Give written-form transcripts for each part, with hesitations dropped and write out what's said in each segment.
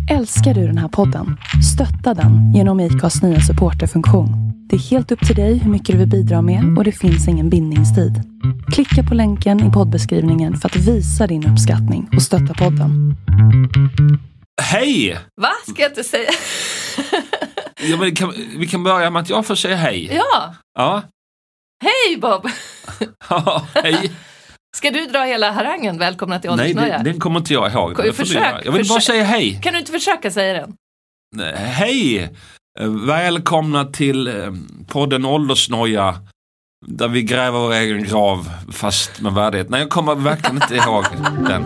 Älskar du den här podden? Stötta den genom IKAs nya supporterfunktion. Det är helt upp till dig hur mycket du vill bidra med och det finns ingen bindningstid. Klicka på länken i poddbeskrivningen för att visa din uppskattning och stötta podden. Hej! Va? Ska jag inte säga? Ja, men vi kan börja med att jag får säga hej. Ja. Ja. Hej Bob! Ja, hej. Ska du dra hela harangen? Välkomna till Åldersnöja. Nej, den kommer inte jag ihåg. Jag vill bara säga hej. Kan du inte försöka säga den? Hej! Välkomna till podden Åldersnöja. Där vi gräver vår egen grav fast med värdighet. Nej, jag kommer verkligen inte ihåg den.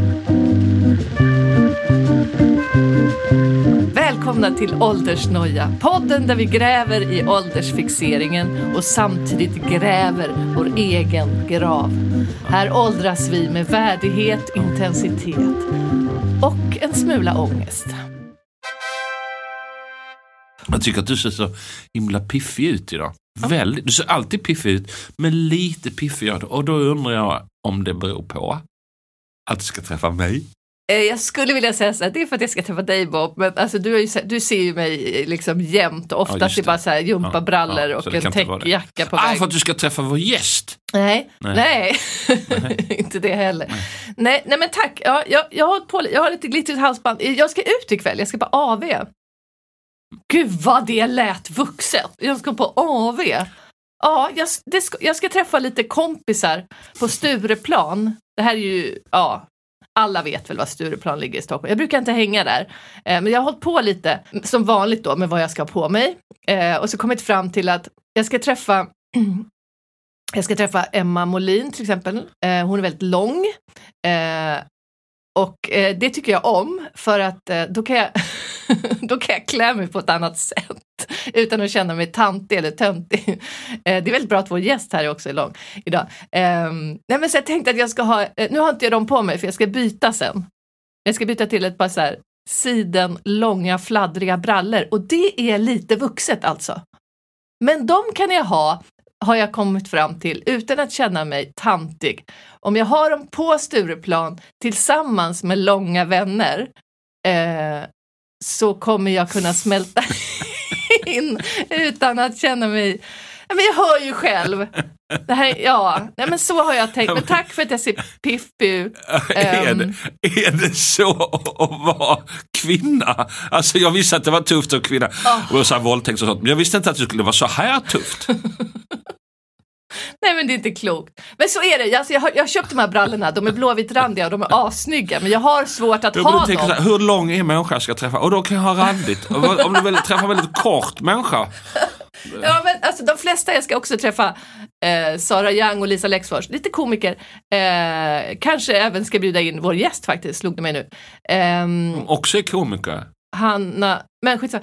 Välkomna till Åldersnöja. Podden där vi gräver i åldersfixeringen och samtidigt gräver vår egen grav. Här åldras vi med värdighet, intensitet och en smula ångest. Jag tycker att du ser så himla piffig ut idag. Väldigt, du ser alltid piffig ut, men lite piffigare. Och då undrar jag om det beror på att du ska träffa mig. Jag skulle vilja säga så här, det är för att jag ska träffa dig Bob, men alltså du ser ju mig liksom jämt och oftast är bara så här jumpabrallor och en täckjacka på väg. För att du ska träffa vår gäst. Nej. Inte det heller. Nej men tack. Ja, jag har hållit på, jag har lite glittert halsband. Jag ska ut ikväll, jag ska på AV. Gud vad det lät vuxet. Jag ska på AV. Ja, jag ska träffa lite kompisar på Stureplan. Det här är ju, alla vet väl var Stureplan ligger i Stockholm. Jag brukar inte hänga där. Men jag har hållit på lite, som vanligt då, med vad jag ska ha på mig. Och så kommit fram till att jag ska träffa Emma Molin till exempel. Hon är väldigt lång. Och det tycker jag om. För att då kan jag klä mig på ett annat sätt. Utan att känna mig tantig eller töntig. Det är väldigt bra att vår gäst här också är lång idag. Nej men så jag tänkte att jag ska ha, nu har inte jag dem på mig för jag ska byta sen. Jag ska byta till ett par så här siden långa fladdriga brallor. Och det är lite vuxet alltså. Men de kan jag ha, har jag kommit fram till, utan att känna mig tantig. Om jag har dem på Stureplan tillsammans med långa vänner så kommer jag kunna smälta in utan att känna mig... Men jag hör ju själv. Det här, nej men så har jag tänkt. Men tack för att jag ser piffig ut. Är det så att vara kvinna? Alltså jag visste att det var tufft att kvinna. Och så här våldtäkt och sånt. Men jag visste inte att det skulle vara så här tufft. Nej men det är inte klokt. Men så är det, alltså, jag har köpt de här brallorna. De är blåvitrandiga och de är assnygga. Men jag har svårt att ha dem. Så här, hur lång är människa jag ska träffa? Och då kan jag ha randigt. Om du vill träffa väldigt kort människa. Ja men alltså de flesta, jag ska också träffa Sara Young och Lisa Lexfors. Lite komiker. Kanske även ska bjuda in vår gäst faktiskt, slog det mig nu. Också är komiker. Hanna, men skitsamma.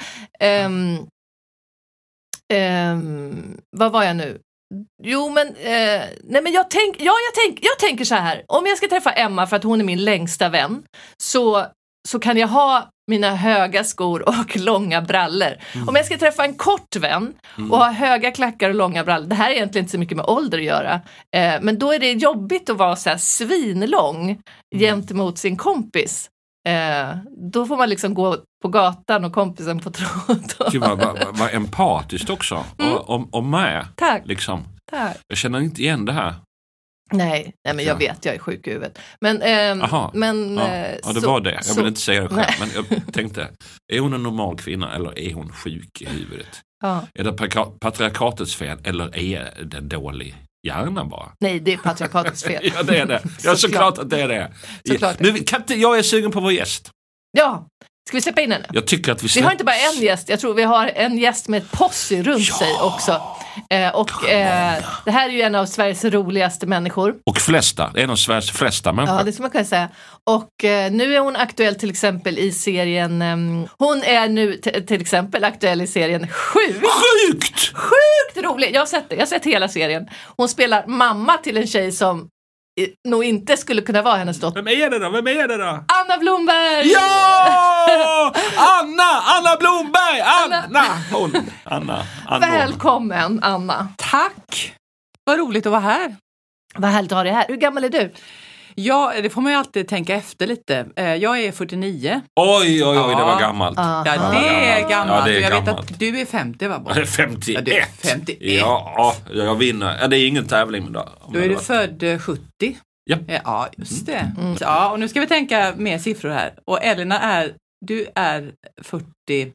Vad var jag nu? Jo men, nej men jag tänker så här. Om jag ska träffa Emma för att hon är min längsta vän, så kan jag ha mina höga skor och långa brallor. Om jag ska träffa en kort vän och ha höga klackar och långa brallor, det här är egentligen inte så mycket med ålder att göra, men då är det jobbigt att vara så här svinlång gentemot sin kompis. Då får man liksom gå på gatan och kompisen på tråd. Gud vad empatiskt också. Och med. Tack. Liksom. Tack. Jag känner inte igen det här. Nej men jag vet, jag är sjuk i huvudet. Men, det var det. Jag vill inte säga det själv. Men jag tänkte, är hon en normal kvinna eller är hon sjuk i huvudet? Ja. Är det patriarkatets fel eller är det dålig hjärna bara? Nej, det är patriarkatets fel. Ja, det är det. Ja, såklart att det är det. Nu, jag är sugen på vår gäst. Ja, ska vi släppa in henne? Jag tycker att vi har inte bara en gäst, jag tror vi har en gäst med ett posse runt sig också. Det här är ju en av Sveriges roligaste människor. Och en av Sveriges flesta människor. Ja, det ska man kunna säga. Och nu är hon aktuell till exempel i serien... hon är nu till exempel aktuell i serien Sjukt rolig! Jag har sett hela serien. Hon spelar mamma till en tjej som nog inte skulle kunna vara hennes dotter. Vem är det då? Anna Blomberg! Ja! Anna Blomberg! Anna. Välkommen, Anna. Tack! Vad roligt att vara här. Vad härligt att ha dig här. Hur gammal är du? Ja, det får man ju alltid tänka efter lite. Jag är 49. Oj, det var gammalt. Ja, det är gammalt. Ja, det är jag gammalt. vet att du är 50, va? 51. Ja, du är 51. Ja, jag vinner. Ja, det är ingen tävling med det. Då är du född 70. Ja, just det. Ja, och nu ska vi tänka mer siffror här. Och Elina du är 42.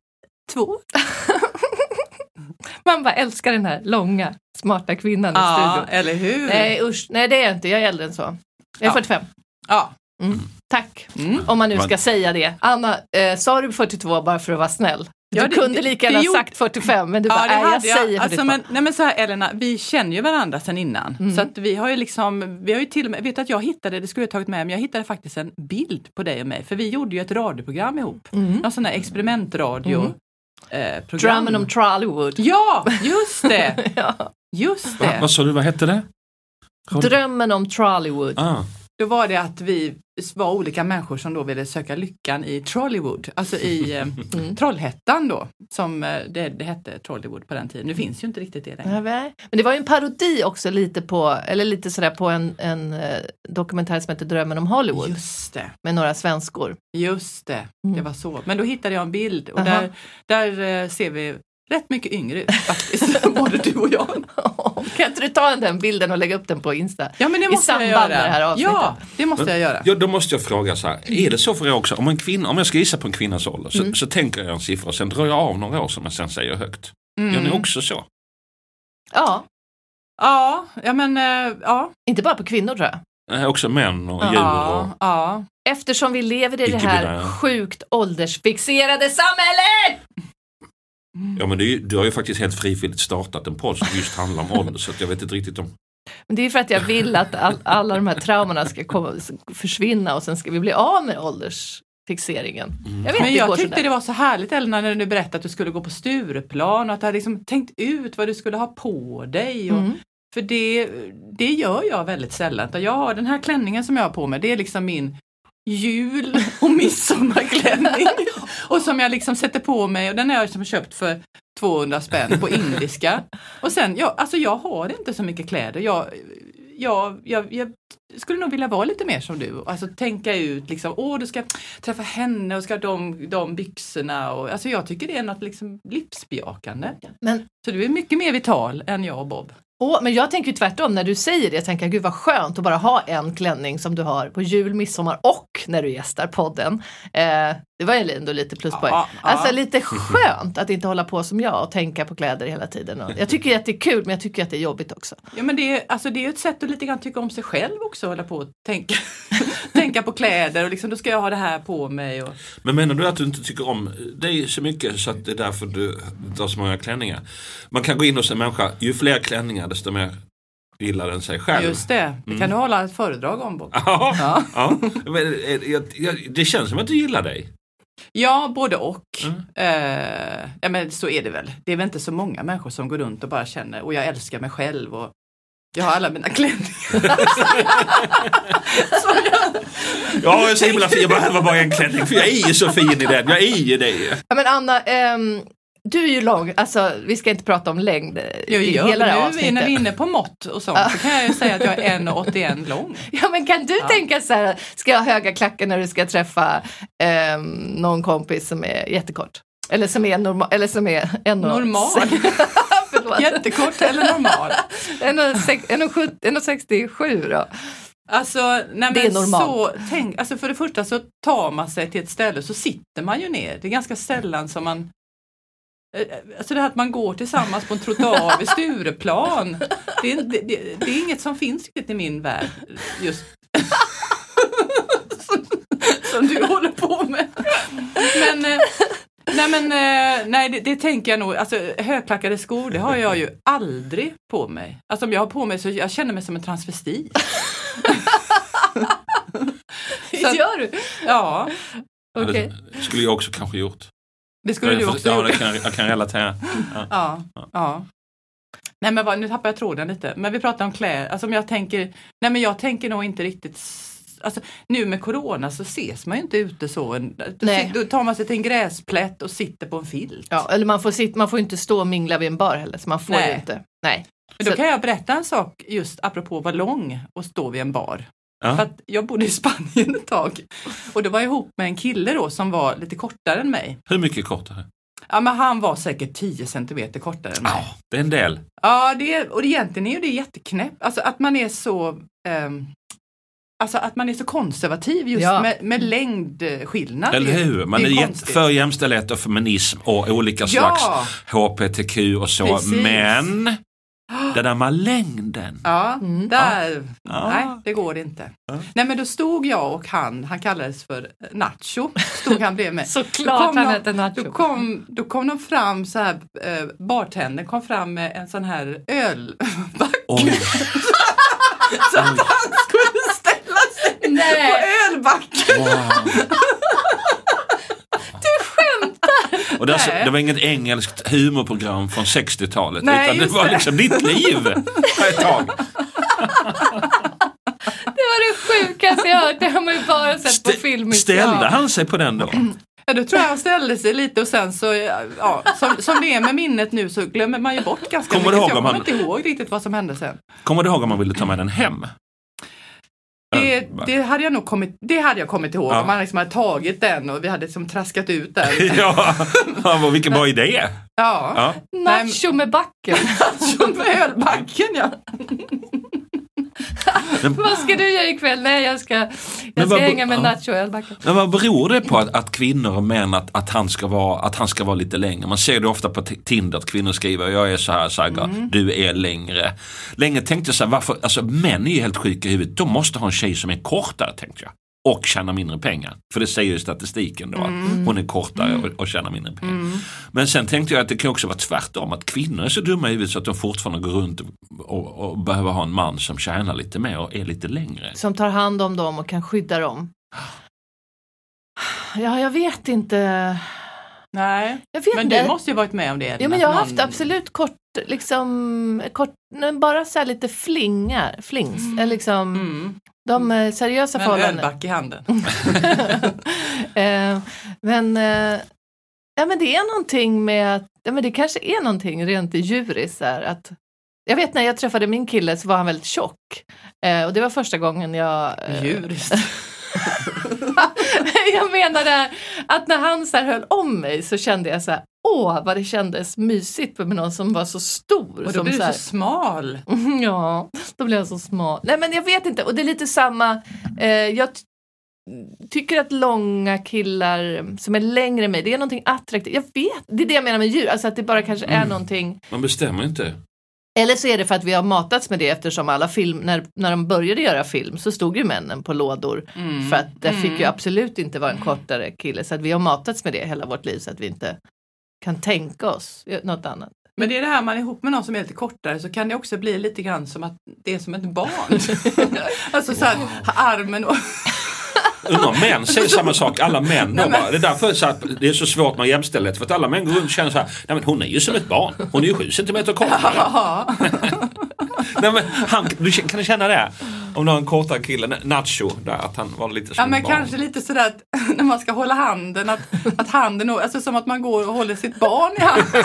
Man bara älskar den här långa, smarta kvinnan i studion. Eller hur? Nej, usch. Nej, det är jag inte. Jag är äldre än så. Jag är 45. Ja. Tack. Om man nu ska säga det. Anna, sa du 42 bara för att vara snäll? Du kunde lika gärna sagt 45, men du bara, jag säger 42. Alltså, men så här, Elina, vi känner ju varandra sedan innan. Så att vi har ju till och med, vet att jag hittade, det skulle jag tagit med, men jag hittade faktiskt en bild på dig och mig. För vi gjorde ju ett radioprogram ihop. Någon sån här experimentradio. Drummen om Trollywood. Ja, just det. Just det. Vad sa du, vad hette det? Drömmen om Trollywood. Då var det att vi var olika människor som då ville söka lyckan i Trollywood. Alltså i Trollhättan då. Som det hette Trollywood på den tiden. Nu finns ju inte riktigt det längre. Men det var ju en parodi också lite sådär på en dokumentär som heter Drömmen om Hollywood. Just det. Med några svenskor. Just det. Det var så. Men då hittade jag en bild och där ser vi rätt mycket yngre ut faktiskt, både du och jag. Kan inte du ta den bilden och lägga upp den på Insta? Ja, men det måste jag göra. Med det här avsnittet. Ja, det måste jag göra. Ja, då måste jag fråga så här, är det så för er också? Om jag ska gissa på en kvinnas ålder så tänker jag en siffra och sen drar jag av några år som jag sen säger högt. Gör ni också så? Ja. Ja, men ja. Inte bara på kvinnor, tror jag. Också män och djur. Ja. Eftersom vi lever i det här sjukt åldersfixerade samhället! Ja, men du har ju faktiskt helt frivilligt startat en podd som just handlar om ålder, så att jag vet inte riktigt om... Men det är för att jag vill att alla de här traumorna ska försvinna och sen ska vi bli av med åldersfixeringen. Jag tyckte det var så härligt, Elina, när du berättade att du skulle gå på Stureplan och att du hade liksom tänkt ut vad du skulle ha på dig. För det gör jag väldigt sällan. Jag har den här klänningen som jag har på mig, det är liksom min jul- och midsommarklänning. Och som jag liksom sätter på mig, och den har jag liksom köpt för 200 spänn på indiska. Och sen, jag har inte så mycket kläder. Jag skulle nog vilja vara lite mer som du. Alltså tänka ut liksom, du ska träffa henne och ska de byxorna. Och, alltså jag tycker det är något liksom livsbejakande. Så du är mycket mer vital än jag och Bob. Men jag tänker ju tvärtom när du säger det. Jag tänker, gud vad skönt att bara ha en klänning som du har på jul, midsommar och när du gästar podden. Det var ju ändå lite pluspoäng. Alltså lite skönt att inte hålla på som jag och tänka på kläder hela tiden. Och jag tycker att det är kul, men jag tycker att det är jobbigt också. Ja, men det är ju ett sätt att lite grann tycka om sig själv också, hålla på och tänka på kläder och liksom, då ska jag ha det här på mig. Och... Men menar du att du inte tycker om dig så mycket så att det är därför du tar så många klänningar? Man kan gå in hos en människa, ju fler klänningar desto mer gillar den sig själv. Just det, det kan du hålla ett föredrag om, Bob. Ja. Men, det känns som att du gillar dig. Ja, både och. Ja, men så är det väl. Det är väl inte så många människor som går runt och bara känner, och jag älskar mig själv och jag har alla mina klänningar. Jag är så himla fin, jag behöver bara en klänning, för jag är ju så fin i den. Jag är ju det. Ja, men Anna, du är ju lång, alltså vi ska inte prata om längd i hela det här avsnittet. När vi är inne på mått och sånt så kan jag ju säga att jag är 1,81 lång. Ja, men kan du tänka så här, ska jag ha höga klackar när du ska träffa någon kompis som är jättekort? Eller som är normal? Eller som är normal? Jättekort eller normal? 1,67 då. Alltså, det är normalt. Alltså för det första så tar man sig till ett ställe så sitter man ju ner. Det är ganska sällan som man... Alltså det här att man går tillsammans på en trottoar vid Stureplan. Det är inget som finns riktigt i min värld just som du håller på med. Men nej, det tänker jag nog. Alltså högklackade skor, det har jag ju aldrig på mig. Alltså om jag har på mig så jag känner mig som en transvestit. Gör du? Ja. Okay. Det skulle jag också kanske gjort. Det skulle du också gjort. Jag kan relatera. Ja. Nej, men nu tappar jag tråden lite. Men vi pratar om kläder. Alltså om jag tänker nog inte riktigt... Alltså, nu med corona så ses man ju inte ute så. Då tar man sig till en gräsplätt och sitter på en filt. Ja, eller man får inte stå och mingla vid en bar heller. Så man får ju inte. Nej. Men då kan jag berätta en sak just apropå vara lång och stå vid en bar. Ja. För att jag bodde i Spanien ett tag. Och då var jag ihop med en kille då som var lite kortare än mig. Hur mycket kortare? Ja, men han var säkert 10 centimeter kortare än mig. Ja, det är en del. Ja, och egentligen är ju det jätteknäppt. Alltså att man är så... Alltså att man är så konservativ just med längdskillnad. Eller hur? Man är för jämställdhet och feminism och olika slags HPTQ och så. Precis. Men det där med längden. Ja, nej, det går inte. Ja. Nej, men då stod jag och han kallades för Nacho, stod han bredvid mig. Såklart han hette Nacho. Då kom de fram så här, bartendern kom fram med en sån här ölback. Så att han skulle ställa sig på ölbacken. Wow. Du skämtar! Och det var inget engelskt humorprogram från 60-talet. Nej, utan det var liksom ditt liv ett tag. Det var det sjukaste jag hört. Det har man ju bara sett på film. Ställde han sig på den då? Ja, då tror jag han ställde sig lite och sen så, som det är med minnet nu så glömmer man ju bort ganska mycket. Jag kommer inte ihåg riktigt vad som hände sen. Kommer du ihåg om man ville ta med den hem? Det hade jag kommit ihåg. Om man liksom hade tagit den och vi hade liksom traskat ut den. Vilken bra idé. Ja. Nacho med backen. Nacho med ölbacken, ja. Vad ska du göra ikväll? Nej, jag ska hänga med Nacho och ölbacken. Men vad beror det på att kvinnor och män att han ska vara lite längre? Man ser det ofta på Tinder att kvinnor skriver jag är så här, du är längre. Länge tänkte jag så här, varför, alltså män är ju helt sjuka i huvudet. De måste ha en tjej som är kortare, tänkte jag. Och tjänar mindre pengar. För det säger ju statistiken då. Att hon är kortare och tjänar mindre pengar. Men sen tänkte jag att det kan också vara tvärtom. Att kvinnor är så dumma i huvudet så att de fortfarande går runt och behöver ha en man som tjänar lite mer och är lite längre. Som tar hand om dem och kan skydda dem. Ja, jag vet inte. Nej, men du måste ju varit med om det. Ja, men jag har haft absolut kort, bara så här lite flings. Eller liksom... De seriösa förhållanden. En ölback i handen. Men det är någonting med att, men det kanske är någonting rent djuriskt här, att jag vet när jag träffade min kille så var han väldigt tjock. Och det var första gången jag... Djuriskt. Jag menar där att när han så här höll om mig så kände jag så här, vad det kändes mysigt med någon som var så stor. Och då blev du så smal. Ja, då blev jag så smal. Nej, men jag vet inte. Och det är lite samma. Jag tycker att långa killar som är längre än mig, det är någonting attraktivt. Jag vet, det är det jag menar med djur. Alltså att det bara kanske är någonting. Man bestämmer inte. Eller så är det för att vi har matats med det eftersom alla film, när de började göra film så stod ju männen på lådor. För att det fick ju absolut inte vara en kortare kille. Så att vi har matats med det hela vårt liv så att vi inte kan tänka oss något annat. Men det är det här, man är ihop med någon som är lite kortare så kan det också bli lite grann som att det är som ett barn. Alltså så här, armen och... Män säger samma sak, alla män. Det är därför så att det är så svårt med jämställdhet. För att alla män går runt och känner så här, nej men hon är ju som ett barn. Hon är ju 7 centimeter kortare. Nej, men kan du känna det? Om du har en kortare kille, Nacho, där, att han var lite som men ett barn. Kanske lite sådär att när man ska hålla handen, att handen, alltså som att man går och håller sitt barn i handen.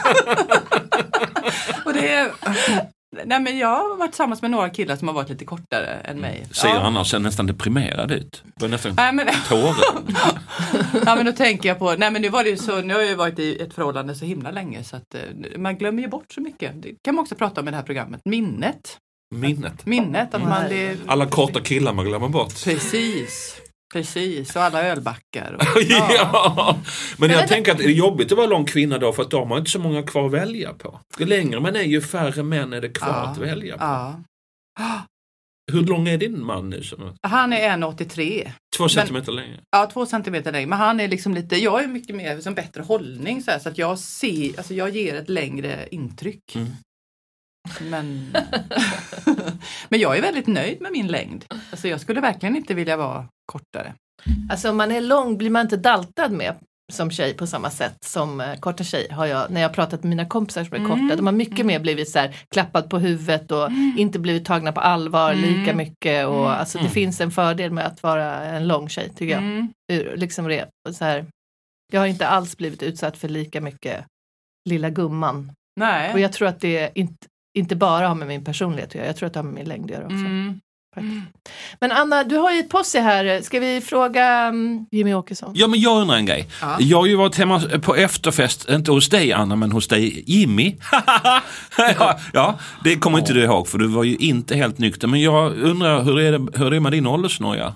Och det är... Nej, men jag har varit tillsammans med några killar som har varit lite kortare än mig. Ser han och ser nästan deprimerad ut. Nästan tårar. Ja, men då tänker jag på, nej men nu var det ju så, nu har jag ju varit i ett förhållande så himla länge så att man glömmer ju bort så mycket. Det kan man också prata om i det här programmet. Minnet. Att man alla korta killar man glömmer bort. Precis, och alla ölbackar. Ja. Men jag tänker att det är jobbigt att vara lång kvinna då för att de har inte så många kvar att välja på. Ju längre man är ju färre män är det kvar att välja på. Hur lång är din man nu? Han är 1,83. 2 centimeter längre? Ja, 2 centimeter längre. Men han är liksom lite, jag är mycket mer som bättre hållning så att jag ser, alltså jag ger ett längre intryck. Men jag är väldigt nöjd med min längd. Alltså jag skulle verkligen inte vilja vara kortare. Alltså om man är lång blir man inte daltad med som tjej på samma sätt som korta tjej har jag, när jag har pratat med mina kompisar som är korta, de har mycket mer blivit så här klappad på huvudet och inte blivit tagna på allvar lika mycket och alltså det finns en fördel med att vara en lång tjej tycker jag. Liksom så här, jag har inte alls blivit utsatt för lika mycket lilla gumman. Nej. Och jag tror att det inte bara har med min personlighet att göra, jag tror att det har med min längd att göra också. Men Anna, du har ju ett posse här. Ska vi fråga Jimmy Åkesson? Ja, men jag undrar en grej. Ja. Jag har ju varit hemma på efterfest, inte hos dig Anna, men hos dig Jimmy. ja, det kommer inte du ihåg för du var ju inte helt nykter. Men jag undrar, hur är det med din åldersnoja?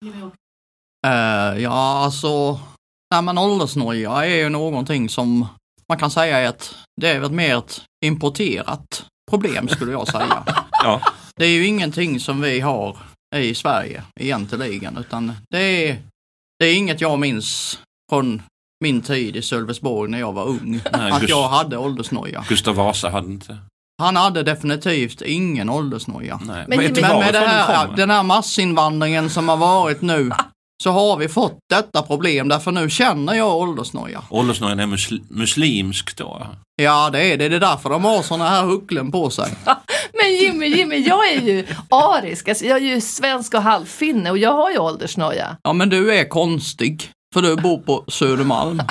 Ja, alltså, åldersnoja är ju någonting som man kan säga är det är väl mer ett importerat problem skulle jag säga. Ja. Det är ju ingenting som vi har i Sverige egentligen, utan det är inget jag minns från min tid i Sölvesborg när jag var ung. Nej, att jag hade åldersnoja. Gustav Vasa hade inte. Han hade definitivt ingen åldersnoja. Nej. Men med den här massinvandringen som har varit nu så har vi fått detta problem, därför nu känner jag åldersnoja. Åldersnojan är muslimsk då? Ja, det är det. Det är därför de har såna här hucklen på sig. Men Jimmy, jag är ju arisk. Alltså, jag är ju svensk och halvfinne och jag har ju åldersnoja. Ja, men du är konstig. För du bor på Södermalm.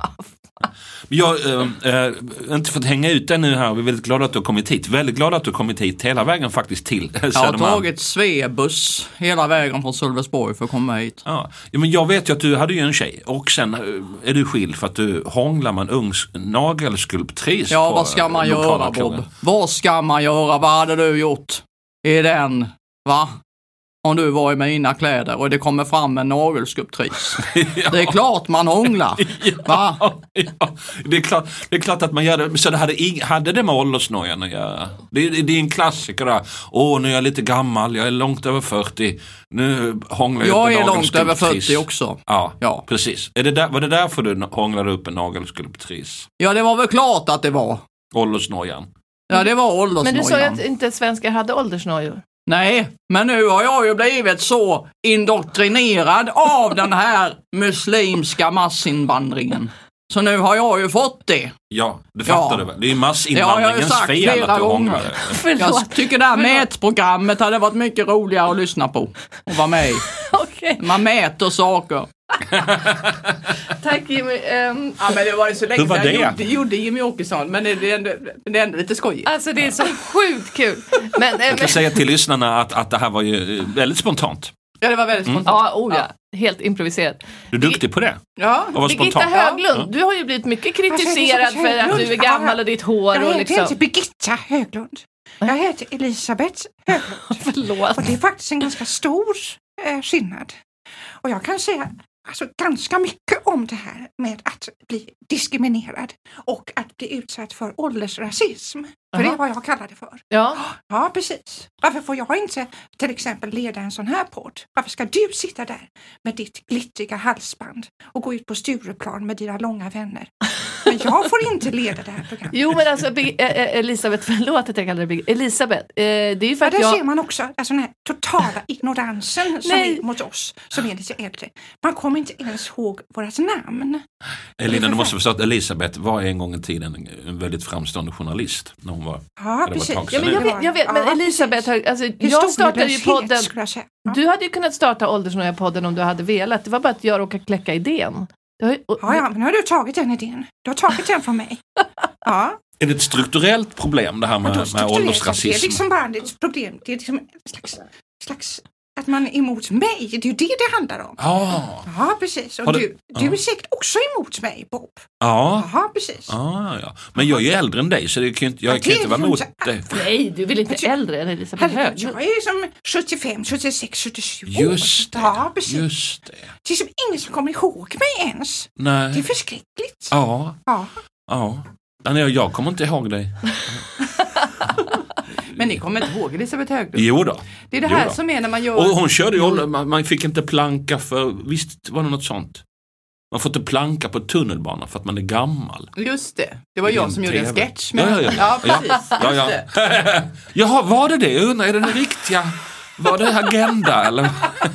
Jag inte fått hänga ut dig nu här. Vi är väldigt glada att du har kommit hit. Väldigt glada att du har kommit hit hela vägen faktiskt till Södermalm. Jag har tagit Svebuss hela vägen från Sölvesborg för att komma hit. Ja, men jag vet ju att du hade ju en tjej. Och sen är du skild för att du hånglar med en ung nagelskulptris. Ja, vad ska man göra, Bob? Vad ska man göra? Vad hade du gjort i den? Va? Om du var i mina kläder och det kommer fram en nagelskulptris. Ja. Det är klart man hånglar. Va? Ja. Det är klart att man gör det. Så det hade det med åldersnojan att göra. Det är en klassiker där. Nu är jag lite gammal, jag är långt över 40. Nu hånglar jag upp en nagelskulptris. Jag är långt över 40 också. Ja. Precis. Var det därför du hånglade upp en nagelskulptris? Ja, det var väl klart att det var. Åldersnojan. Ja, det var åldersnojan. Men du sa ju att inte svenskar hade åldersnojor. Nej, men nu har jag ju blivit så indoktrinerad av den här muslimska massinvandringen. Så nu har jag ju fått det. Ja, det fattar du väl. Det är ju massinvandringens fel att du hånglar. Jag tycker det här mätprogrammet hade varit mycket roligare att lyssna på och vara med i. Okay. Man mäter saker. Tack Jimmy. Ja, men det var ju så länge. Hur var det? Jag gjorde Jimmy Åkesson, men det är ändå lite skojigt. Alltså det är så sjukt kul. Jag kan säga till lyssnarna att det här var ju väldigt spontant. Ja, det var väldigt spontant. Ja. Helt improviserat. Du är duktig på det. Ja. Birgitta Höglund, du har ju blivit mycket kritiserad för att du är gammal och ditt hår. Jag heter inte liksom. Birgitta Höglund. Jag heter Elisabeth Höglund. Förlåt. Och det är faktiskt en ganska stor skillnad. Och jag kan säga ganska mycket om det här med att bli diskriminerad och att bli utsatt för åldersrasism. För det är vad jag kallar det för. Ja, precis. Varför får jag inte till exempel leda en sån här podd? Varför ska du sitta där med ditt glittriga halsband och gå ut på Stureplan med dina långa vänner? Men jag får inte leda det här programmet. Jo, men alltså Elisabeth, förlåt att jag kallar dig Elisabeth. Det är ju för att där ser man också den här totala ignoransen som är mot oss som är lite äldre. Man kommer inte ens ihåg vårat namn. Elina, du måste förstå att Elisabeth var en gång i tiden en väldigt framstående journalist när hon var. Ja, precis. Ja, men jag vet, men Elisabeth, alltså, jag startade ju podden. Du hade ju kunnat starta Åldersnoja-podden om du hade velat. Det var bara att jag råkade kläcka idén. Ja, men nu har du tagit den idén. Du har tagit den från mig. Ja. Är det ett strukturellt problem det här med åldersrasism? Det är liksom bara ett problem. Det är liksom en slags att man är emot mig. Det är ju det handlar om. Ja, precis. Och du är säkert också emot mig, Bob. Ja, precis. Ja. Men jag är ju äldre än dig så jag kan inte vara emot det. Nej, du är väl inte äldre än Elisabeth Höglund? Jag är som 75, 76, 77 år. Just det. Ja, precis. Just det. Det är som ingen som kommer ihåg mig ens. Nej. Det är förskräckligt. Ja. Nej, jag kommer inte ihåg dig. Men ni kommer inte ihåg Elisabeth Höglund? Jo då. Det är det här som är när man gör... Och hon körde ju, man fick inte planka för, visst var det något sånt? Man får inte planka på tunnelbanan för att man är gammal. Just det. Det var jag som gjorde en sketch. Ja, precis. Jaha, var det? Jag undrar, är det den riktiga... Var det Agenda eller?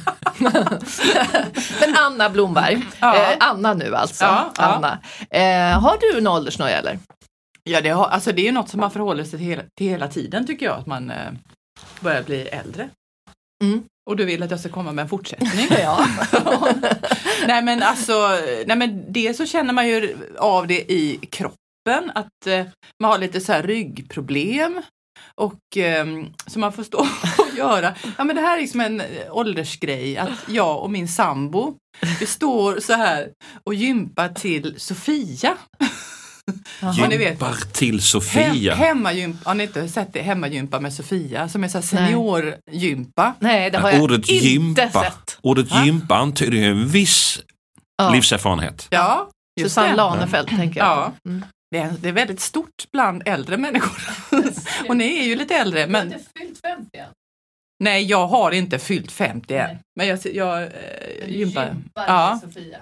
Men Anna Blomberg. Anna nu alltså. Anna. Har du en åldersnoja eller? Ja, det är ju något som man förhåller sig till hela tiden tycker jag. Att man börjar bli äldre. Mm. Och du vill att jag ska komma med en fortsättning. Ja. Nej men det så känner man ju av det i kroppen. Att man har lite så här ryggproblem. Och så man får stå och göra. Ja, men det här är liksom en åldersgrej. Att jag och min sambo, vi står så här och gympar till Sofia. Gympar till Sofia. Hemmagympa, har ni inte sett det? Hemmagympa med Sofia som är så här seniorgympa. Nej, det har jag ordet inte gympa, sett. Ordet gympa antyder ju en viss livserfarenhet. Ja, Susanne Lanefelt tänker jag. Ja. Mm. Det är väldigt stort bland äldre människor. Hon är ju lite äldre. Men... Du har inte fyllt 50 än. Nej, jag har inte fyllt 50 än. Men jag gympar. Ja. Sofia.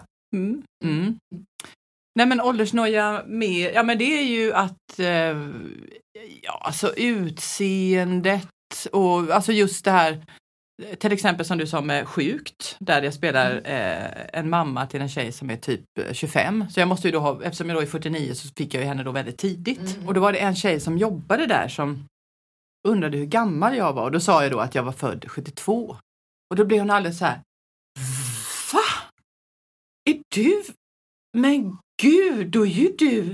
Nej, men åldersnoja med, ja men det är ju att alltså utseendet och alltså just det här, till exempel som du sa med Sjukt, där jag spelar en mamma till en tjej som är typ 25. Så jag måste ju då ha, eftersom jag då är 49 så fick jag ju henne då väldigt tidigt. Och då var det en tjej som jobbade där som undrade hur gammal jag var. Och då sa jag då att jag var född 72. Och då blev hon alldeles så här, va? Är du... Men gud, då är ju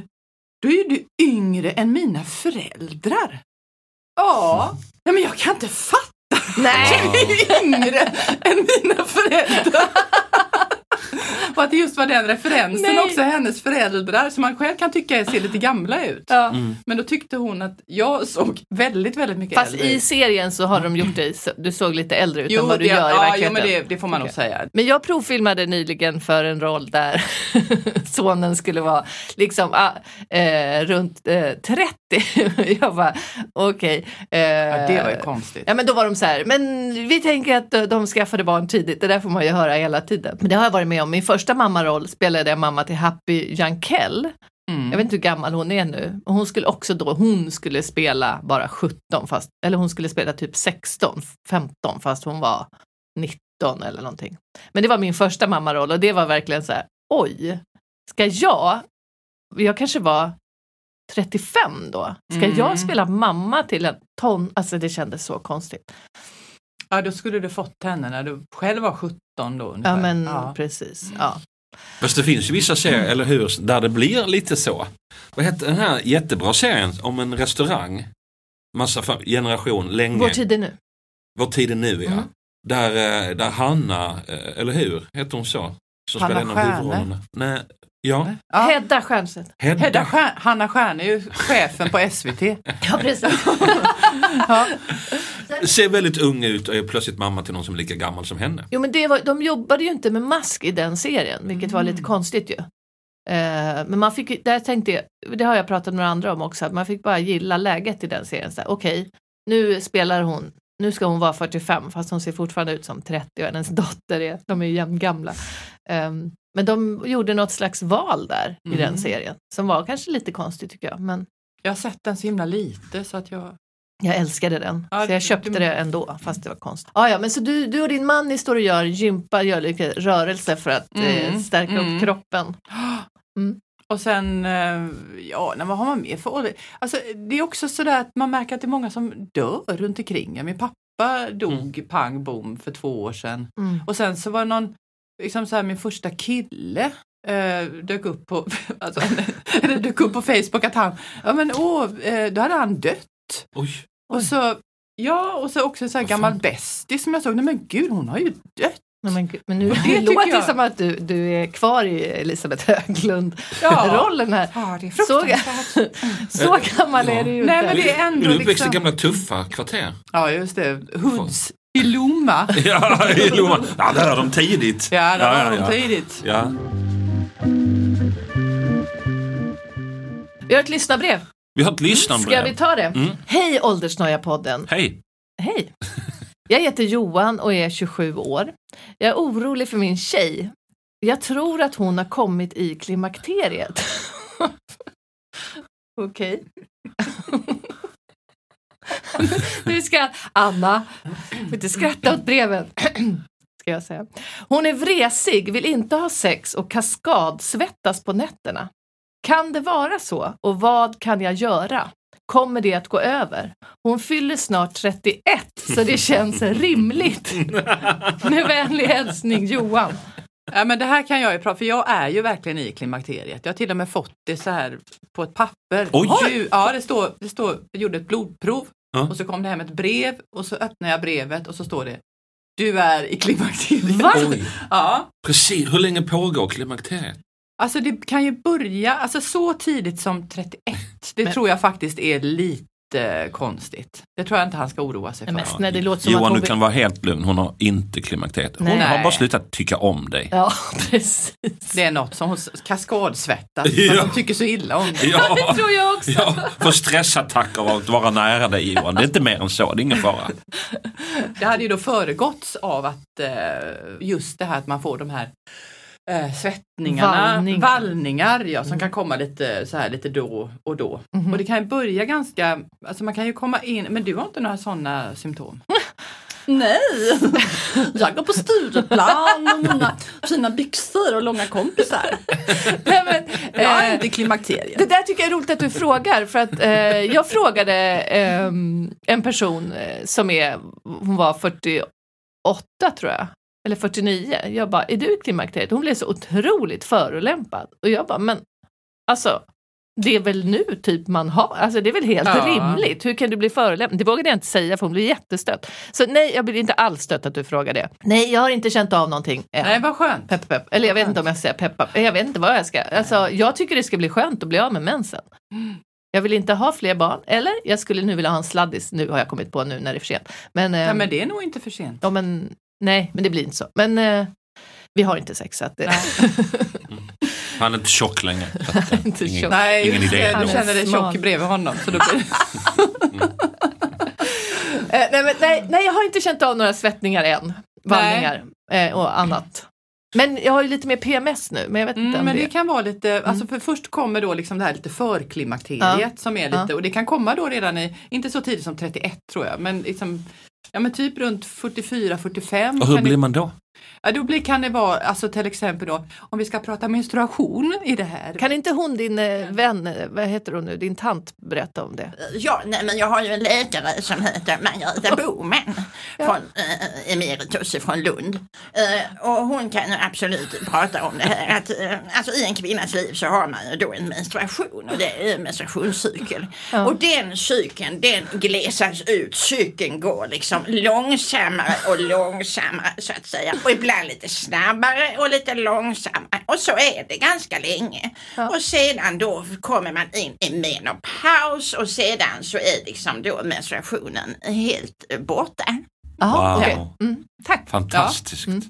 du yngre än mina föräldrar. Ja, nej, men jag kan inte fatta. Nej, du är yngre än mina föräldrar. Och att det just var den referensen också, hennes föräldrar, som man själv kan tycka ser lite gamla ut. Ja. Men då tyckte hon att jag såg väldigt, väldigt mycket fast äldre ut. Fast i serien så har de gjort det, du såg lite äldre ut än vad du gör i verkligheten. Jo, men det får man nog säga. Men jag provfilmade nyligen för en roll där sonen skulle vara liksom runt 30. Jag bara, okej. Ja, det var ju konstigt. Ja, men då var de så här, men vi tänker att de skaffade barn tidigt. Det där får man ju höra hela tiden. Men det har jag varit med om. Min första mammaroll spelade jag mamma till Happy Jankell. Jag vet inte hur gammal hon är nu. Och hon skulle också då, hon skulle spela bara 17 fast, eller hon skulle spela typ 16, 15 fast hon var 19 eller någonting. Men det var min första mammaroll och det var verkligen så här, oj, ska jag kanske var 35 då. Ska jag spela mamma till en alltså det kändes så konstigt. Ja, då skulle du fått henne när du själv var 17 då. Ungefär. Ja, men precis. Ja. Fast det finns ju vissa serier, eller hur, där det blir lite så. Vad heter den här jättebra serien om en restaurang? Massa generation, länge. Vår tid är nu. Vår tid är nu, ja. Där Hanna, eller hur? Heter hon så? Så Hanna spelar en av huvudrollerna. Nej, ja. Hedda Stiernstedt. Hanna Stjärn är ju chefen på SVT. Ja, precis. Ja. Ser väldigt ung ut och är plötsligt mamma till någon som är lika gammal som henne. Jo, men de jobbade ju inte med mask i den serien, vilket var lite konstigt ju. Men man fick, där tänkte jag, det har jag pratat med några andra om också, att man fick bara gilla läget i den serien. Okej, nu spelar hon, nu ska hon vara 45 fast hon ser fortfarande ut som 30 och hennes dotter de är ju jämngamla. Men de gjorde något slags val där i den serien som var kanske lite konstigt tycker jag. Men jag har sett den så himla lite så att jag älskade den. Så jag köpte det ändå fast det var konstigt. Ja, men så du och din man står och gör lite rörelse för att stärka upp kroppen. Och sen, vad har man mer för ålder? Alltså, det är också sådär att man märker att det är många som dör runt omkring. Min pappa dog pang bom för 2 år sedan. Och sen så var någon, liksom så här, min första kille dök upp på Facebook att han, då hade han dött. Oj. Och så också en sån här gammal bästis som jag såg, nej men gud, hon har ju dött. Men nu det låter det som att du är kvar i Elisabeth Höglund-rollen här. Ja, det är fruktansvärt. Så gammal är det ju inte. Nej, men det är ändå du uppväxt i gamla tuffa kvarter. Ja, just det. Hoods i Lomma. Ja, i Lomma. Ja, där är de tidigt. Ja, där var de tidigt. Ja. Vi har ett lyssnarbrev. Ska vi ta det? Hej Åldersnoja-podden. Hej. Hej. Jag heter Johan och är 27 år. Jag är orolig för min tjej. Jag tror att hon har kommit i klimakteriet. Okej. Nu ska Anna inte skratta åt breven. Ska jag säga. Hon är vresig, vill inte ha sex och kaskadsvettas på nätterna. Kan det vara så? Och vad kan jag göra? Kommer det att gå över? Hon fyller snart 31 så det känns rimligt. Med vänlig hälsning Johan. Ja, men det här kan jag ju prata, för jag är ju verkligen i klimakteriet. Jag har till och med fått det så här på ett papper. Oj! Ja, det står jag gjorde ett blodprov Och så kom det hem ett brev och så öppnade jag brevet och så står det: du är i klimakteriet. Va? Oj. Ja. Precis, hur länge pågår klimakteriet? Alltså det kan ju börja så tidigt som 31. Det tror jag faktiskt är lite konstigt. Det tror jag inte han ska oroa sig för. Nej, det låter som Johan, att hon du kan vara helt lugn. Hon har inte klimakteriet. Hon Nej. har bara slutat tycka om dig. Ja, precis. Det är något som hon kaskadsvettas. Ja. Hon tycker så illa om det. Ja, Det tror jag också. ja, för stressattacker och att vara nära dig, Johan. Det är inte mer än så, det är ingen fara. Det hade ju då föregåtts av att just det här att man får de här svettningarna, vallningar som kan komma lite så här lite då och då. Och det kan ju börja ganska, alltså man kan ju komma in, men du har inte några sådana symptom? Nej, jag går på Stureplan och mina fina byxor och långa kompisar. Nej, men, Jag är inte i klimakteriet. det där tycker jag är roligt att du frågar, för att jag frågade en person som hon var 48 tror jag, eller 49. Jag bara, är du i klimakteriet? Hon blev så otroligt förolämpad. Och jag bara, men alltså, det är väl nu typ man har, alltså det är väl helt rimligt. Hur kan du bli förolämpad? Det vågade jag inte säga för hon blev jättestött. Så nej, jag blir inte alls stött att du frågar det. Nej, jag har inte känt av någonting än. Nej, vad skönt. Pepp, pepp. Eller jag vet inte om jag ska säga peppa. Jag vet inte vad jag ska. Alltså, jag tycker det ska bli skönt att bli av med mensen. Jag vill inte ha fler barn. Eller jag skulle nu vilja ha en sladdis. Nu har jag kommit på nu när det är för sent. Men, ja, men det är nog inte för sent. Ja, men nej, men det blir inte så. Men vi har inte sex, så att Han är inte tjock längre. inte tjock. Nej, ingen idé jag då. känner dig tjock bredvid honom. Så då blir nej, jag har inte känt av några svettningar än. Vallningar och annat. Men jag har ju lite mer PMS nu, men jag vet inte om men det kan vara lite, alltså för först kommer då liksom det här lite förklimakteriet som är lite, och det kan komma då redan inte så tidigt som 31 tror jag, men liksom, ja men typ runt 44-45. Och hur blir man då? Ja, då kan det vara, alltså till exempel då, om vi ska prata menstruation i det här. Kan inte hon, din vän, vad heter hon nu, din tant, berätta om det? Ja, nej, men jag har ju en läkare som heter Margareta Boman från emeritus från Lund. Och hon kan ju absolut prata om det här. Att, alltså i en kvinnas liv så har man ju då en menstruation, och det är en menstruationscykel. Ja. Och den cykeln, den glesas ut. Cykeln går liksom långsammare och långsammare så att säga. Och ibland lite snabbare och lite långsammare. Och så är det ganska länge. Ja. Och sedan då kommer man in i menopaus. Och sedan så är liksom då menstruationen helt borta. Aha, wow. Okay. Tack. Fantastiskt. Ja.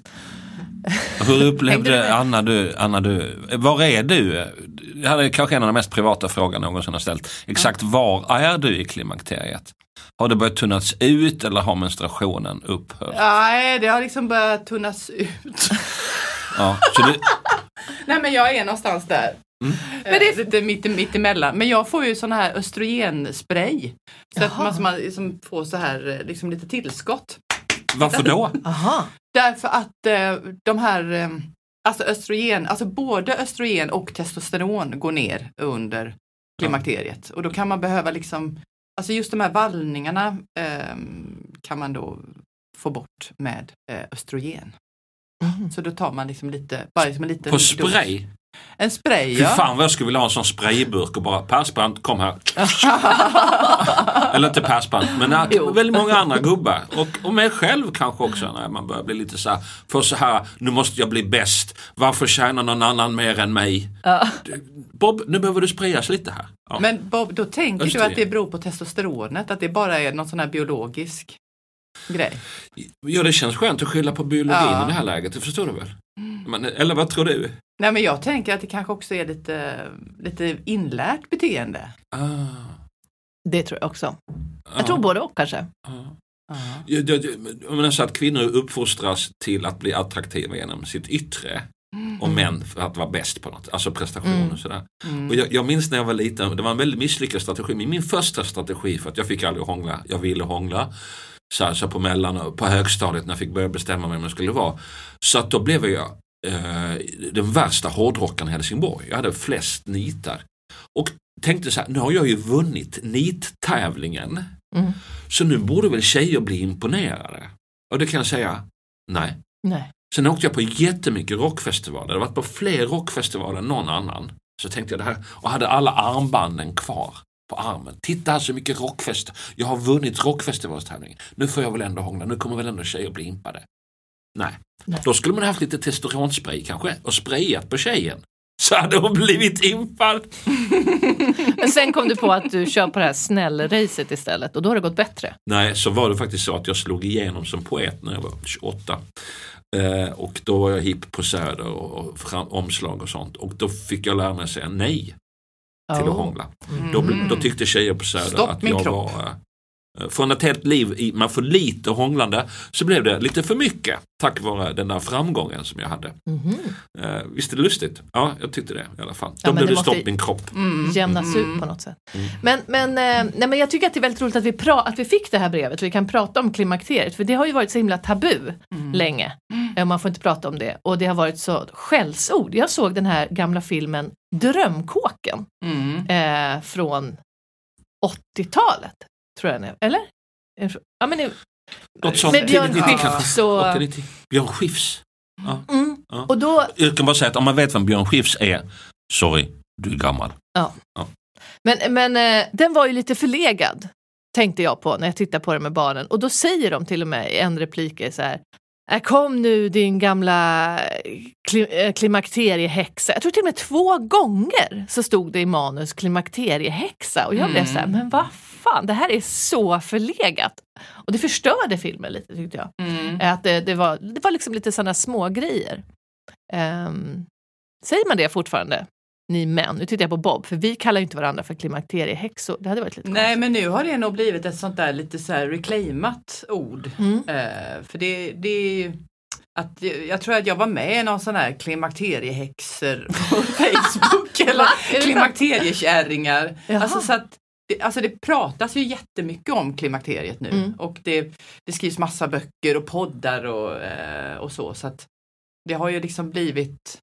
Hur upplevde Anna du, var är du? Det här är kanske en av de mest privata frågor någonsin har ställt. Exakt var är du i klimakteriet? Har det börjat tunnas ut eller har menstruationen upphört? Nej, det har liksom börjat tunnas ut. Ja, så du... Nej, men jag är någonstans där. Men det är mitt emellan. Men jag får ju sån här östrogenspray. Så att man liksom får så här liksom lite tillskott. Varför då? Aha. Därför att de här, alltså östrogen, alltså både östrogen och testosteron går ner under klimakteriet. Och då kan man behöva liksom, alltså just de här vallningarna kan man då få bort med östrogen. Så då tar man liksom lite, bara liksom en liten på spray? Dos. En spray, ja. Fy fan vad jag skulle vilja ha en sån sprayburk och bara Persbrandt, kom här. Eller inte Persbrandt, men väldigt många andra gubbar. Och mig själv kanske också när man börjar bli lite så här, för så här, nu måste jag bli bäst. Varför tjänar någon annan mer än mig? Bob, nu behöver du sprayas lite här. Ja. Men Bob, då tänker du att det beror på testosteronet, att det bara är någon sån här biologisk grej? Ja, det känns skönt att skylla på biologin i det här läget, det förstår du väl? Men, eller vad tror du? Nej, men jag tänker att det kanske också är lite inlärt beteende. Det tror jag också. Jag tror både och kanske. Jag menar så att kvinnor uppfostras till att bli attraktiva genom sitt yttre. Och män för att vara bäst på något. Alltså prestation och sådär. Och jag minns när jag var liten, det var en väldigt misslyckad strategi. Men min första strategi, för att jag fick aldrig hångla. Jag ville hångla. Så på mellan och på högstadiet när jag fick börja bestämma mig om jag skulle vara. Så att då blev jag den värsta hårdrockaren i Helsingborg. Jag hade flest nitar. Och tänkte så här, nu har jag ju vunnit nittävlingen. Så nu borde väl tjejer bli imponerade. Och det kan jag säga, nej. Sen åkte jag på jättemycket rockfestivaler. Jag har varit på fler rockfestivaler än någon annan. Så tänkte jag det här, och hade alla armbanden kvar på armen. Titta här så mycket rockfest. Jag har vunnit rockfestivalstävlingen. Nu får jag väl ändå hångla. Nu kommer väl ändå tjejer bli impade. Nej. Då skulle man haft lite testosteronspray kanske och sprayat på tjejen. Så hade hon blivit impad. Men sen kom du på att du kör på det här snällracet istället och då har det gått bättre. Nej, så var det faktiskt så att jag slog igenom som poet när jag var 28. Och då var jag hipp på Söder och omslag och sånt. Och då fick jag lära mig säga nej till att hångla. Då tyckte tjejer på Söder att jag var... Från ett helt liv man får lite hånglande så blev det lite för mycket tack vare den där framgången som jag hade. Visst är det lustigt? Ja, jag tyckte det i alla fall. Då blev det stopp i min kropp. Jämnas ut på något sätt. Men jag tycker att det är väldigt roligt att vi fick det här brevet. Vi kan prata om klimakteriet. För det har ju varit så himla tabu länge. Man får inte prata om det. Och det har varit så skällsord. Jag såg den här gamla filmen Drömkåken från 80-talet. Tror jag nu, eller? Ja, men med Björn Skifs och... Björn Skifs. Ja. Ja. Och då... Jag kan bara säga att om man vet vem Björn Skifs är, sorry, du är gammal. Ja. Men den var ju lite förlegad, tänkte jag på när jag tittade på det med barnen. Och då säger de till och med i en replik så här: kom nu din gamla klimakteriehäxa. Jag tror till och med 2 gånger så stod det i manus klimakteriehäxa. Och jag blev så här, men vad fan, det här är så förlegat. Och det förstörde filmen lite, tyckte jag. Att det var liksom lite sådana små grejer. Säger man det fortfarande? Ni män, nu tittar jag på Bob, för vi kallar ju inte varandra för klimakteriehäxor. Det hade varit lite konstigt. Men nu har det nog blivit ett sånt där lite så här reclaimat ord. För det är ju att jag tror att jag var med i någon sån här klimakteriehäxor på Facebook eller klimakteriekärringar. Alltså så att det pratas ju jättemycket om klimakteriet nu och det skrivs massa böcker och poddar och så att det har ju liksom blivit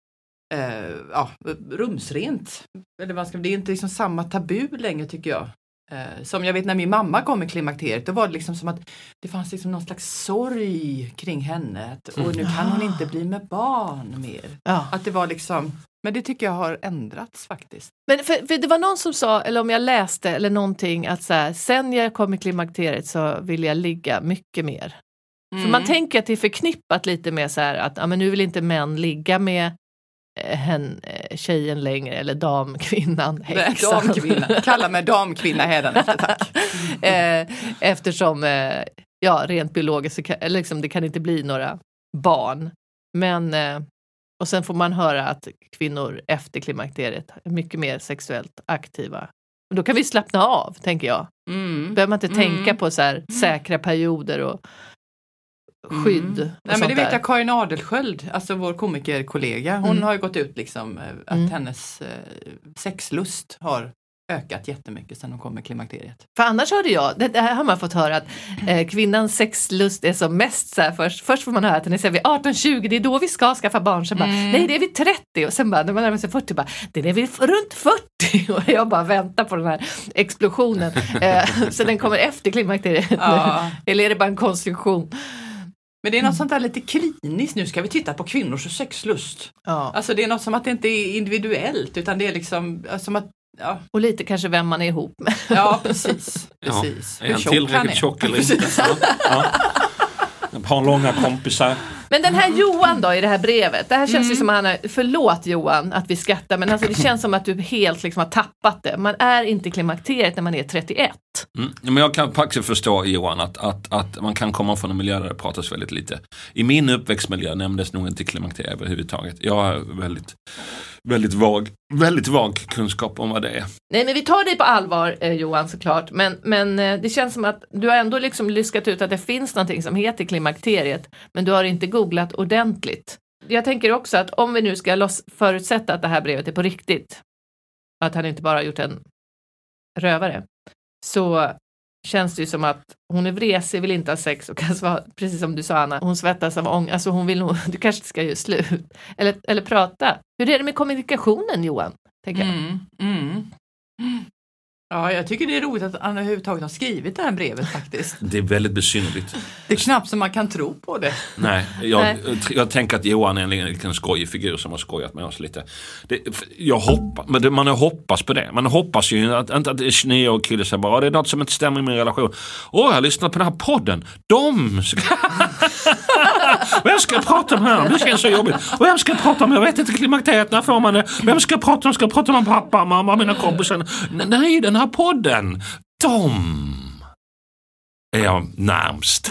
rumsrent. Eller det är inte liksom samma tabu längre, tycker jag. Som jag vet när min mamma kom med klimakteriet, då var det liksom som att det fanns liksom någon slags sorg kring henne. Och nu kan hon inte bli med barn mer. Att det var liksom, men det tycker jag har ändrats faktiskt. Men för det var någon som sa, eller om jag läste eller någonting, att så här, sen jag kom med klimakteriet så vill jag ligga mycket mer. För man tänker att det är förknippat lite med så här att men nu vill inte män ligga med tjejen längre, eller damkvinnan, häxan. Damkvinna. Kalla mig damkvinna hädanefter, tack. Eftersom rent biologiskt liksom, det kan inte bli några barn. Men och sen får man höra att kvinnor efter klimakteriet är mycket mer sexuellt aktiva. Och då kan vi slappna av, tänker jag. Behöver man inte tänka på så här säkra perioder och skydd. Nej, men det vet jag, Karin Adelsköld, alltså vår komikerkollega, hon har ju gått ut liksom att hennes sexlust har ökat jättemycket sedan hon kom med klimakteriet. För annars hörde jag, det här har man fått höra, att kvinnans sexlust är som mest så här, först får man höra att den är vid 18-20, det är då vi ska skaffa barn. Så bara, nej, det är vid 30, och sen bara, när man närmar sig 40, bara, det är vid runt 40, och jag bara väntar på den här explosionen. Så den kommer efter klimakteriet. Eller är det bara en konstruktion? Men det är något sånt där lite kliniskt. Nu ska vi titta på kvinnors sexlust. Alltså det är något som att det inte är individuellt, utan det är liksom som att och lite kanske vem man är ihop med. Ja, precis. Är han tillräckligt tjock eller inte? Har långa kompisar. Men den här Johan då i det här brevet, det här känns ju som att han är, förlåt Johan att vi skrattar, men alltså det känns som att du helt liksom har tappat det. Man är inte i klimakteriet när man är 31. Men jag kan faktiskt förstå, Johan, att man kan komma från en miljö där det pratas väldigt lite. I min uppväxtmiljö nämndes nog inte klimakteriet överhuvudtaget. Jag har väldigt vag kunskap om vad det är. Nej, men vi tar dig på allvar, Johan, såklart. Men det känns som att du har ändå liksom lyskat ut att det finns någonting som heter klimakteriet, men du har inte googlat ordentligt. Jag tänker också att om vi nu ska förutsätta att det här brevet är på riktigt, att han inte bara har gjort en rövare, så känns det ju som att hon är vresig, vill inte ha sex, och kanske vara, precis som du sa, Anna, hon svettas av ångest, alltså hon vill nog, du kanske ska göra slut eller prata. Hur är det med kommunikationen, Johan, tänker jag? Ja, jag tycker det är roligt att han överhuvudtaget har skrivit det här brevet faktiskt. Det är väldigt besynnerligt. Det är knappt som man kan tro på det. Nej, jag tänker att Johan är en liten skojig figur som har skojat med oss lite. Man har hoppats på det. Man hoppas ju att det är 29-årig kille som bara, det är något som inte stämmer i min relation. Jag har lyssnat på den här podden. Vem ska jag prata med här? Det känns så jobbigt. Vem ska jag prata med? Jag vet inte, klimakteriet, när får man det? Vem ska jag prata med? Ska jag prata med pappa, mamma, mina kompisar? Nej, den här podden. Är jag närmst.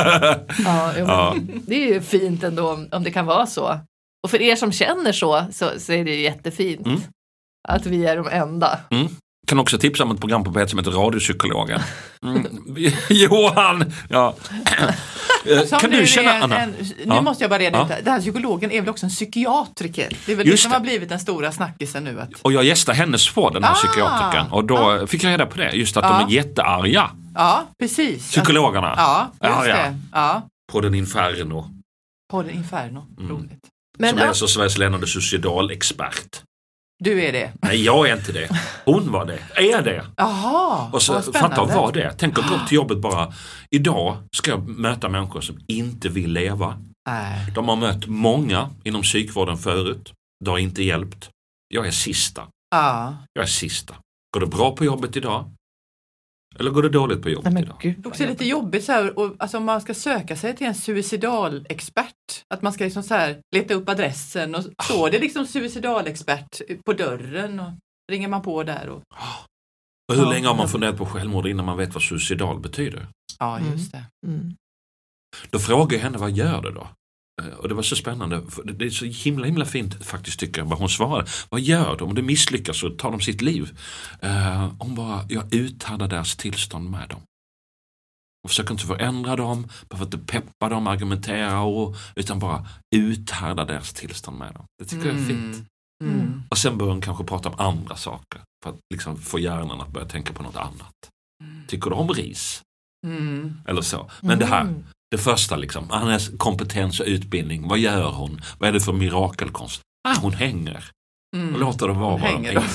Det är ju fint ändå om det kan vara så. Och för er som känner så är det jättefint att vi är de enda. Kan också tipsa om ett program på P1 som heter Radiopsykologen. Johan! Ja. Kan du känna, Anna? Nu måste jag bara reda ut det. Den här psykologen är väl också en psykiatriker? Det är väl det som har blivit den stora snackisen nu. Och jag gästade hennes på den här psykiatrikern. Och då fick jag reda på det. Just att de är jättearga. Ja, precis. Psykologerna. Ja, just det. Ja. På den Inferno. Roligt. Som är så Sveriges ledande suicidalexpert. Du är det? Nej, jag är inte det. Hon var det. Är det. Jaha, och så fatta vad det är. Tänk att gå till jobbet bara. Idag ska jag möta människor som inte vill leva. De har mött många inom psykvården förut. Det har inte hjälpt. Jag är sista. Jag är sista. Går det bra på jobbet idag? Eller går det dåligt på jobbet idag? Det är också lite jobbigt så här, och, alltså, om man ska söka sig till en suicidalexpert. Att man ska liksom så här, leta upp adressen och så. Det är liksom suicidalexpert på dörren och ringer man på där. Och hur länge har man funderat på självmord innan man vet vad suicidal betyder? Ja, just det. Då frågar jag henne, vad gör det då? Och det var så spännande. Det är så himla fint faktiskt, tycker jag, vad hon svarade. Vad gör de? Om det misslyckas så tar de sitt liv. Hon bara, jag uthärdar deras tillstånd med dem. Och försöker inte förändra dem, behöver inte peppa dem, argumentera utan bara uthärda deras tillstånd med dem. Det tycker jag är fint. Och sen börjar hon kanske prata om andra saker för att liksom få hjärnan att börja tänka på något annat. Tycker du om ris? Eller så. Men det här, det första liksom, hennes kompetens och utbildning, vad gör hon? Vad är det för mirakelkonst? Hon hänger. Och låter det vara. Hon hänger.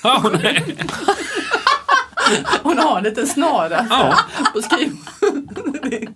Hon har en liten snara på skrivbordet.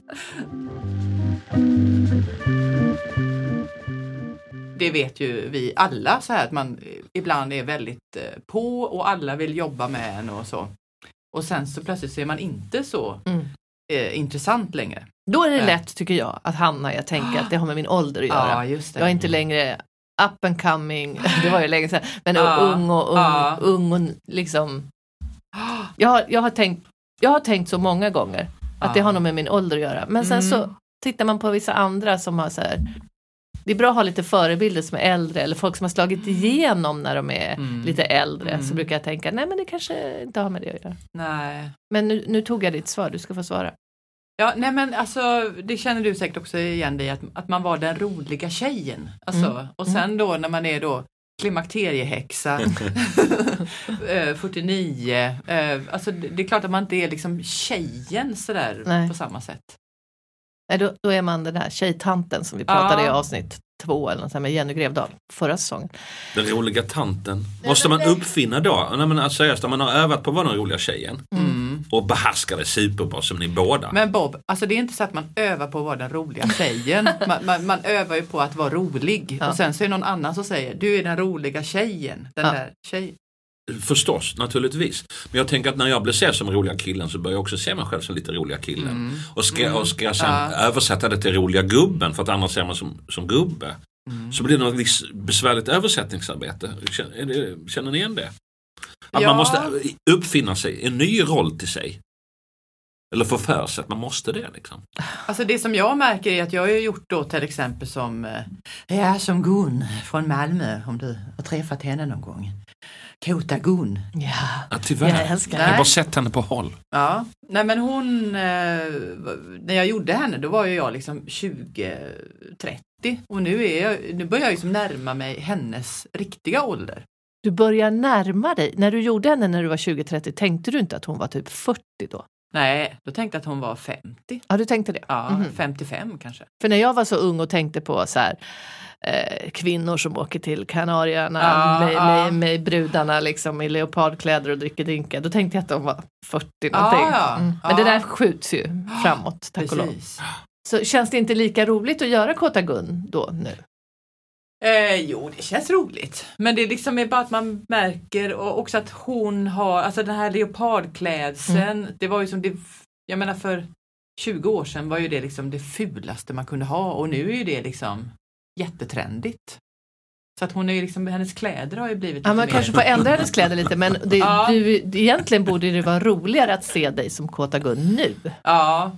Det vet ju vi alla så här att man ibland är väldigt på och alla vill jobba med en och så. Och sen så plötsligt så är man inte så intressant längre. Då är det lätt, tycker jag, att hamna. Jag tänker att det har med min ålder att göra. Ja, just det. Jag är inte längre up and coming. Det var ju länge sedan. Men ung och liksom. Jag har tänkt så många gånger att det har nog med min ålder att göra. Men sen så tittar man på vissa andra som har så här. Det är bra att ha lite förebilder som är äldre eller folk som har slagit igenom när de är lite äldre. Så brukar jag tänka, nej men det kanske inte har med det att göra. Nej. Men nu tog jag ditt svar, du ska få svara. Ja, nej men alltså det känner du säkert också igen dig att man var den roliga tjejen. Alltså, och sen då när man är då klimakteriehäxa 49 alltså det är klart att man inte är liksom tjejen sådär på samma sätt. Nej, då är man den här tjejtanten som vi pratade i avsnitt 2 eller något sånt med Jenny Grevdahl förra säsongen. Den roliga tanten. Måste man uppfinna då? Nej, men seriöst, man har övat på att vara den roliga tjejen och behärskar det superbra som ni båda. Men Bob, alltså det är inte så att man övar på att vara den roliga tjejen. man övar ju på att vara rolig. Och sen så är någon annan som säger, du är den roliga tjejen. Den där tjejen. Förstås, naturligtvis. Men jag tänker att när jag blir sedd som roliga killen så börjar jag också se mig själv som lite roliga killen. Och ska jag sen översätta det till roliga gubben för att andra ser mig som gubbe. Så blir det något besvärligt översättningsarbete. Känner ni igen det? Att man måste uppfinna sig en ny roll till sig. Eller få för sig att man måste det liksom. Alltså det som jag märker är att jag har gjort då till exempel som Gun från Malmö, om du har träffat henne någon gång. Kota Gun. Ja, tyvärr. Jag har bara sett henne på håll. Ja, nej men hon, när jag gjorde henne då var ju jag liksom 20-30 och nu börjar jag liksom närma mig hennes riktiga ålder. Du börjar närma dig. När du gjorde henne när du var 20-30 tänkte du inte att hon var typ 40 då? Nej, då tänkte jag att hon var 50. Ja, du tänkte det? Ja, 55 kanske. För när jag var så ung och tänkte på så här, kvinnor som åker till Kanarieöarna med brudarna liksom, i leopardkläder och dricker drinkar, då tänkte jag att de var 40 någonting. Men det där skjuts ju framåt, tack och lov. Så känns det inte lika roligt att göra Kåta Gun då nu? Jo, det känns roligt. Men det liksom är bara att man märker och också att hon har, alltså den här leopardklädseln, det var ju som det, jag menar för 20 år sedan var ju det liksom det fulaste man kunde ha, och nu är ju det liksom jättetrendigt. Så att hon är ju liksom, hennes kläder har ju blivit man kanske får ändra hennes kläder lite, men egentligen borde det vara roligare att se dig som Kåta Gun nu. Ja.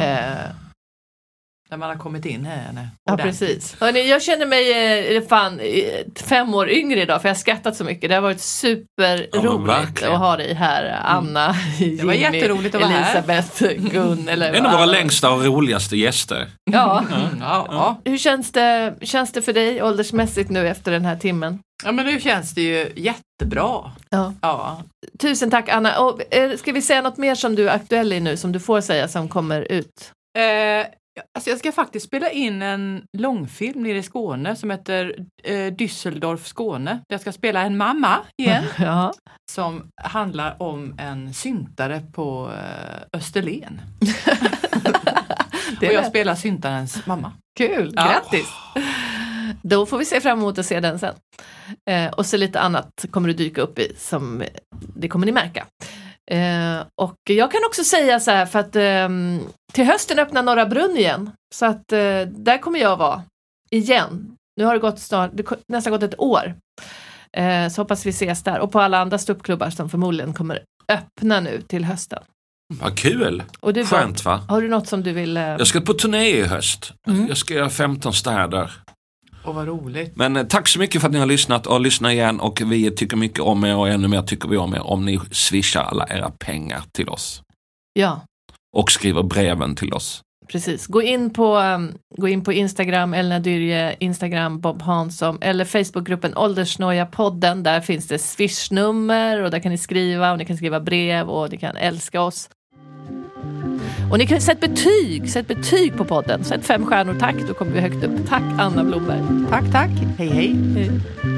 När man har kommit in här. Ja, precis. Jag känner mig 5 år yngre idag, för jag har skrattat så mycket. Det har varit superroligt att ha dig här, Anna, Jimmy, det var jätteroligt att vara Elisabeth, Gun. En av våra längsta och roligaste gäster. Ja. Hur känns det för dig åldersmässigt nu efter den här timmen? Ja, men nu känns det ju jättebra. Ja. Tusen tack, Anna. Och, ska vi säga något mer som du är aktuell i nu, som du får säga, som kommer ut? Alltså jag ska faktiskt spela in en långfilm nere i Skåne som heter Düsseldorf Skåne. Jag ska spela en mamma igen. Som handlar om en syntare på Österlen. Och jag spelar syntarens mamma. Kul, grattis! Då får vi se fram emot att se den sen. Och så lite annat kommer det dyka upp i, som det kommer ni märka. Och jag kan också säga så här, för att till hösten öppnar Norra Brunn igen, så att där kommer jag vara igen. Nu har det gått nästan gått ett år, så hoppas vi ses där, och på alla andra ståuppklubbar som förmodligen kommer öppna nu till hösten. Vad kul, och du, skönt va? Har du något som du vill? Jag ska på turné i höst. Jag ska göra 15 städer. Och vad roligt. Men tack så mycket för att ni har lyssnat, och lyssna igen, och vi tycker mycket om er, och ännu mer tycker vi om er om ni swishar alla era pengar till oss. Ja. Och skriver breven till oss. Precis. Gå in på Instagram, Elna Dyrje, Instagram Bob Hansson, eller Facebookgruppen Åldersnoja-podden. Där finns det swishnummer, och där kan ni skriva, och ni kan skriva brev, och ni kan älska oss. Och ni kan sätta betyg på podden. Sätt 5 stjärnor, tack, då kommer vi högt upp. Tack Anna Blomberg. Tack. Hej.